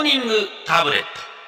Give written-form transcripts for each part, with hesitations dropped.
ニングタブレット。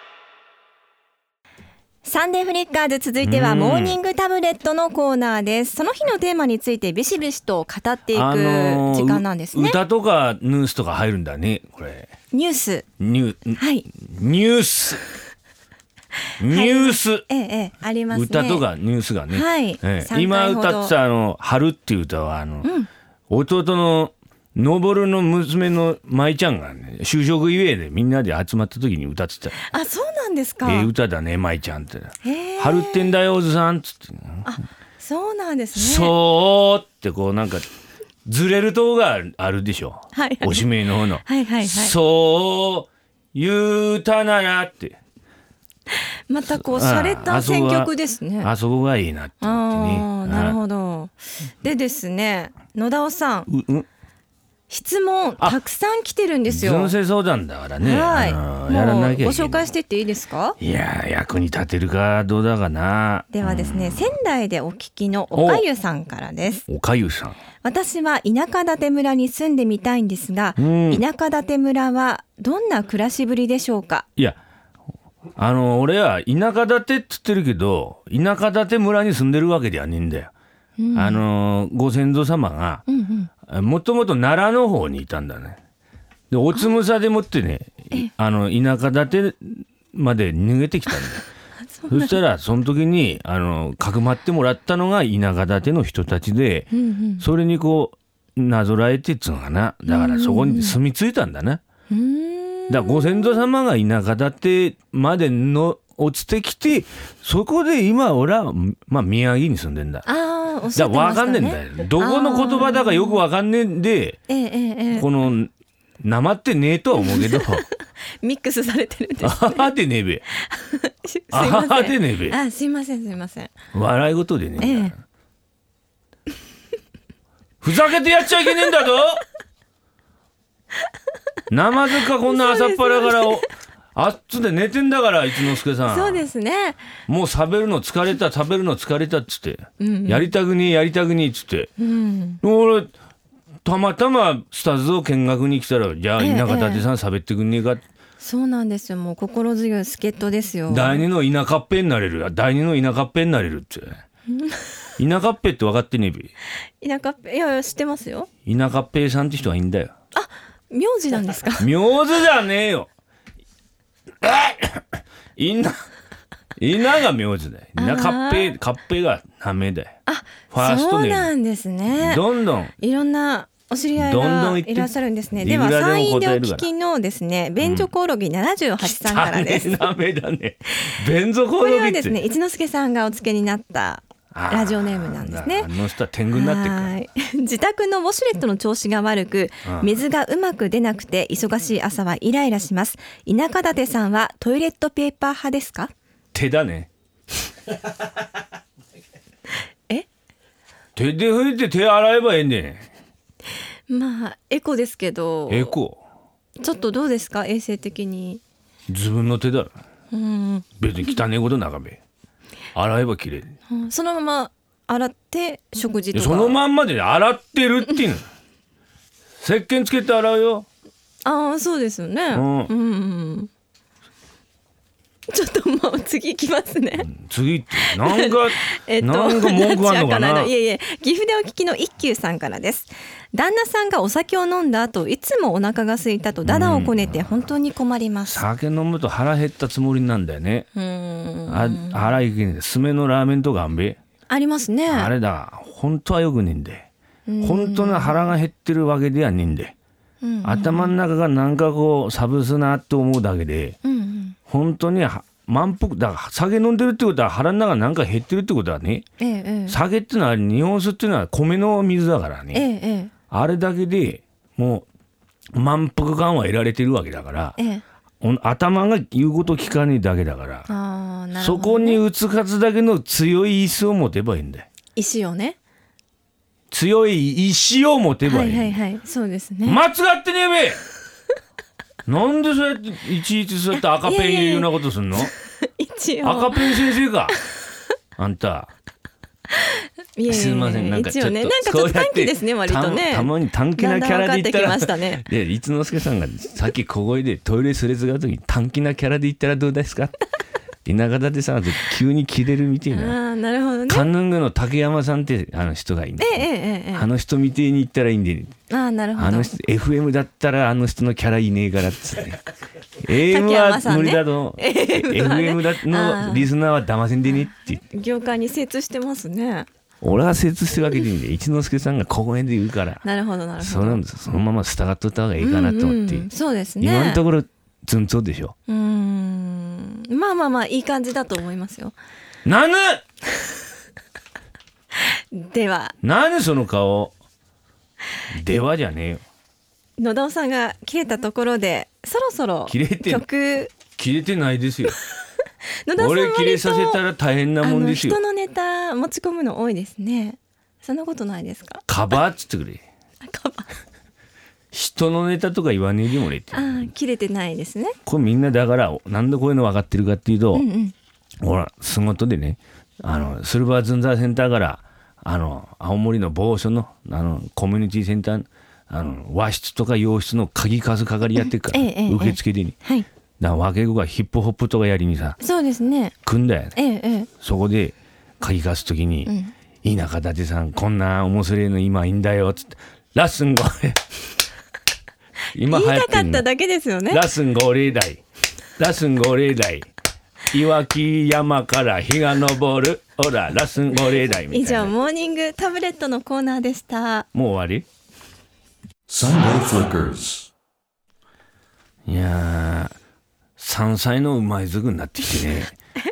サンデーフリッカーズ、続いてはモーニングタブレットのコーナーです。その日のテーマについてビシビシと語っていく時間なんですね。 歌とかニュースとか入るんだね、これ。 ニュース、はい、 ニュースニュース、 ありますね。 歌とかニュースがね、 はい、 今歌ってた春っていう歌は弟ののぼるの娘の舞ちゃんがね、就職祝いでみんなで集まった時に歌ってた。 あ、そうなんですか。 歌だね舞ちゃんって。春ってんだよおずさんっつって。 あ、そうなんですね。 そうってこうなんかずれるとこがあるでしょ、 はい、 おしめの方の、そう言うたならって、 またこう洒落た選曲ですね。 あそこがいいなって思ってね。 なるほど。でですね、野田尾さん、質問たくさん来てるんですよ。 純正相談だからね、 はい、 やらなきゃいけない。 ご紹介していっていいですか。 いや、役に立てるかどうだかな。 ではですね、仙台でお聞きのおかゆさんからです。 おかゆさん、 私は田舎館村に住んでみたいんですが、田舎館村はどんな暮らしぶりでしょうか。 いや、俺は田舎館って言ってるけど、田舎館村に住んでるわけではねえんだよ。ご先祖様がもともと奈良の方にいたんだね。でおつむさでもってね、田舎館まで逃げてきたんだよ。そしたらその時にかくまってもらったのが田舎館の人たちで、それにこうなぞらえてっつうのかな。だからそこに住み着いたんだな。だからご先祖様が田舎館までの落ちてきて、そこで今俺は、宮城に住んでんだ。 おっしゃってましたね。 だから分かんねえんだよ。どこの言葉だかよく分かんねえんで、このなまってねえとは思うけどミックスされてるんですね。 あはでねえべあはでねえべ。 すいません笑い事でねえ、ふざけてやっちゃいけねえんだぞなまずかこんな朝っぱらからあっつで寝てんだから一之輔さん。 そうですね。 もう食べるの疲れたっつって、やりたくねえっつって、俺たまたまスタズを見学に来たら、じゃあ田舎館さん喋ってくんねえか。 そうなんですよ。もう心強い助っ人ですよ。 第二の田舎っぺになれるって田舎っぺって分かってねえべ。 田舎っぺ、いや知ってますよ。 田舎っぺさんって人がいいんだよ。 あ、名字なんですか。 名字じゃねえよ稲が名字だよ。カッペが名前だよ。ファーストネーム。 そうなんですね。 どんどんいろんなお知り合いがいらっしゃるんですね。では山陰でお聞きのですね、便所コオロギ78さんからです。 名前だね。便所コオロギって。これはですね、一之輔さんがお付けになったラジオネームなんですね。 あの人は天狗になってるから。 自宅のウォシュレットの調子が悪く、水がうまく出なくて忙しい朝はイライラします。田舎館さんはトイレットペーパー派ですか。 手だね手で拭いて手洗えばええんでね。 エコですけど、 エコちょっとどうですか、衛生的に。 自分の手だろ、別に汚いことなかべ。洗えばきれい、 そのまま洗って食事とか。 そのまんまで洗ってるっていうの石鹸つけて洗うよ。 そうですよね。ちょっともう次行きますね。 次ってなんか文句あんのかな。 いえ岐阜でお聞きの一休さんからです。旦那さんがお酒を飲んだ後いつもお腹が空いたとダダをこねて本当に困ります。 酒飲むと腹減ったつもりなんだよね。腹いけねえ。すめのラーメンとかあんべありますね。 あれだ、本当はよくねえんで、本当の腹が減ってるわけではねえんで、頭の中がなんかこうサブスなって思うだけで、本当に満腹だから。酒飲んでるってことは腹の中なんか減ってるってことはね、酒ってのは日本酒っていうのは米の水だからね、あれだけでもう満腹感は得られてるわけだから、頭が言うこと聞かねえだけだから、そこに打つ勝つだけの強い意志を持てばいいんだよ。 意志をね、 強い意志を持てばいい。 そうですね。 間違ってねえべなんでそうやっていちいちそうやって赤ペン言うようなことすんの。 一応赤ペン先生かあんた。 いえすいません、なんかちょっと一応ね、なんかちょっと短気ですね、割とね。 たまに短気なキャラで言ったら、 だんだん分かってきましたね。 いや一之輔さんがさっき小声でトイレすれ違う時に短気なキャラで言ったらどうですか田舎館さんは急にキレるみたいな。 なるほどね。 カンヌングの竹山さんって人がいいんで、あの人みてえに言ったらいいんで、ね、 なるほど。 あの人 FM だったらあの人のキャラいねえからっつって、ね、AM は無理だと、ね、FM だのリスナーは騙せんでねって業界に精通してますね。 俺は精通してるわけでいいんで、一之輔さんが小声で言うから、 なるほどなるほど、 そうなんです。そのまま従っとった方がいいかなと思って、 そうですね、 今のところツンツンでしょ。 まあまあまあいい感じだと思いますよ。 なぬではなぬその顔ではじゃねえよ。 野田さんが切れたところでそろそろ曲切れてないですよ野田さん俺切れさせたら大変なもんですよ。 人のネタ持ち込むの多いですね。そんなことないですか。 カバーっつってくれ。 カバー人のネタとか言わねえでもねって。 切れてないですね。 これみんなだからなんでこういうの分かってるかっていうと、ほら仕事でね、スルバーズンザーセンターから青森の某所のコミュニティセンター和室とか洋室の鍵数係やってるから、受付でに、だから若い子がヒップホップとかやりにさ、 そうですね、 組んだよね、そこで鍵貸すときに、田舎館さんこんな面白いの今いいんだよっつって、ラッスンゴレ今流行ってんの、 言いたかっただけですよね。 ラッスンゴレ台、ラッスンゴレ台、岩木山から日が昇る、ほらラッスンゴレ台みたいな。 以上モーニングタブレットのコーナーでした。 もう終わり。 Sunday Flickers。 いやー山菜のうまいずくになってきてね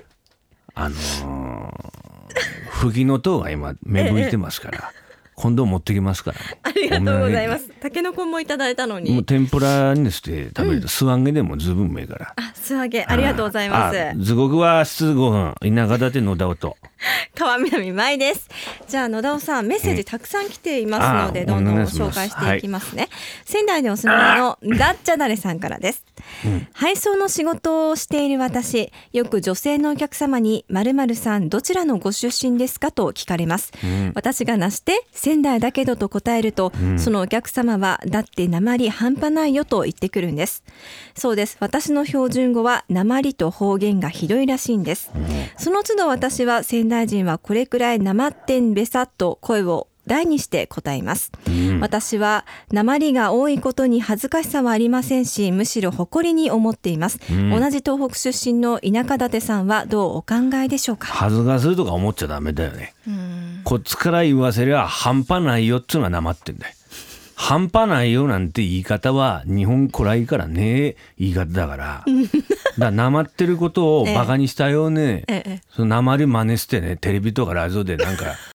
フギの塔が今芽吹いてますから、今度持ってきますからね。 ありがとうございます。タケノコもいただいたのに、 もう天ぷらにして食べると素揚げでも十分うめえから。 素揚げありがとうございます。 時刻は7時5分、田舎館野田音、 川南舞です。じゃあ野田尾さん、メッセージたくさん来ていますので、どんどん紹介していきますね。仙台でお住まいのダッチャダレさんからです。配送の仕事をしている私、よく女性のお客様に〇〇さんどちらのご出身ですかと聞かれます。私がなして仙台だけどと答えると、そのお客様はだって訛半端ないよと言ってくるんです。そうです、私の標準語は訛と方言がひどいらしいんです。その都度私は仙台人はこれくらい訛ってんべさと声を大にして答えます。私は訛が多いことに恥ずかしさはありませんし、むしろ誇りに思っています。同じ東北出身の田舎館さんはどうお考えでしょうか。 恥ずかしいとか思っちゃダメだよね。こっちから言わせりゃ半端ないよっつうのは訛ってんだよ。半端ないよなんて言い方は日本古来からね言い方だから訛ってることをバカにしたようね、その訛り真似してね、テレビとかラジオでなんか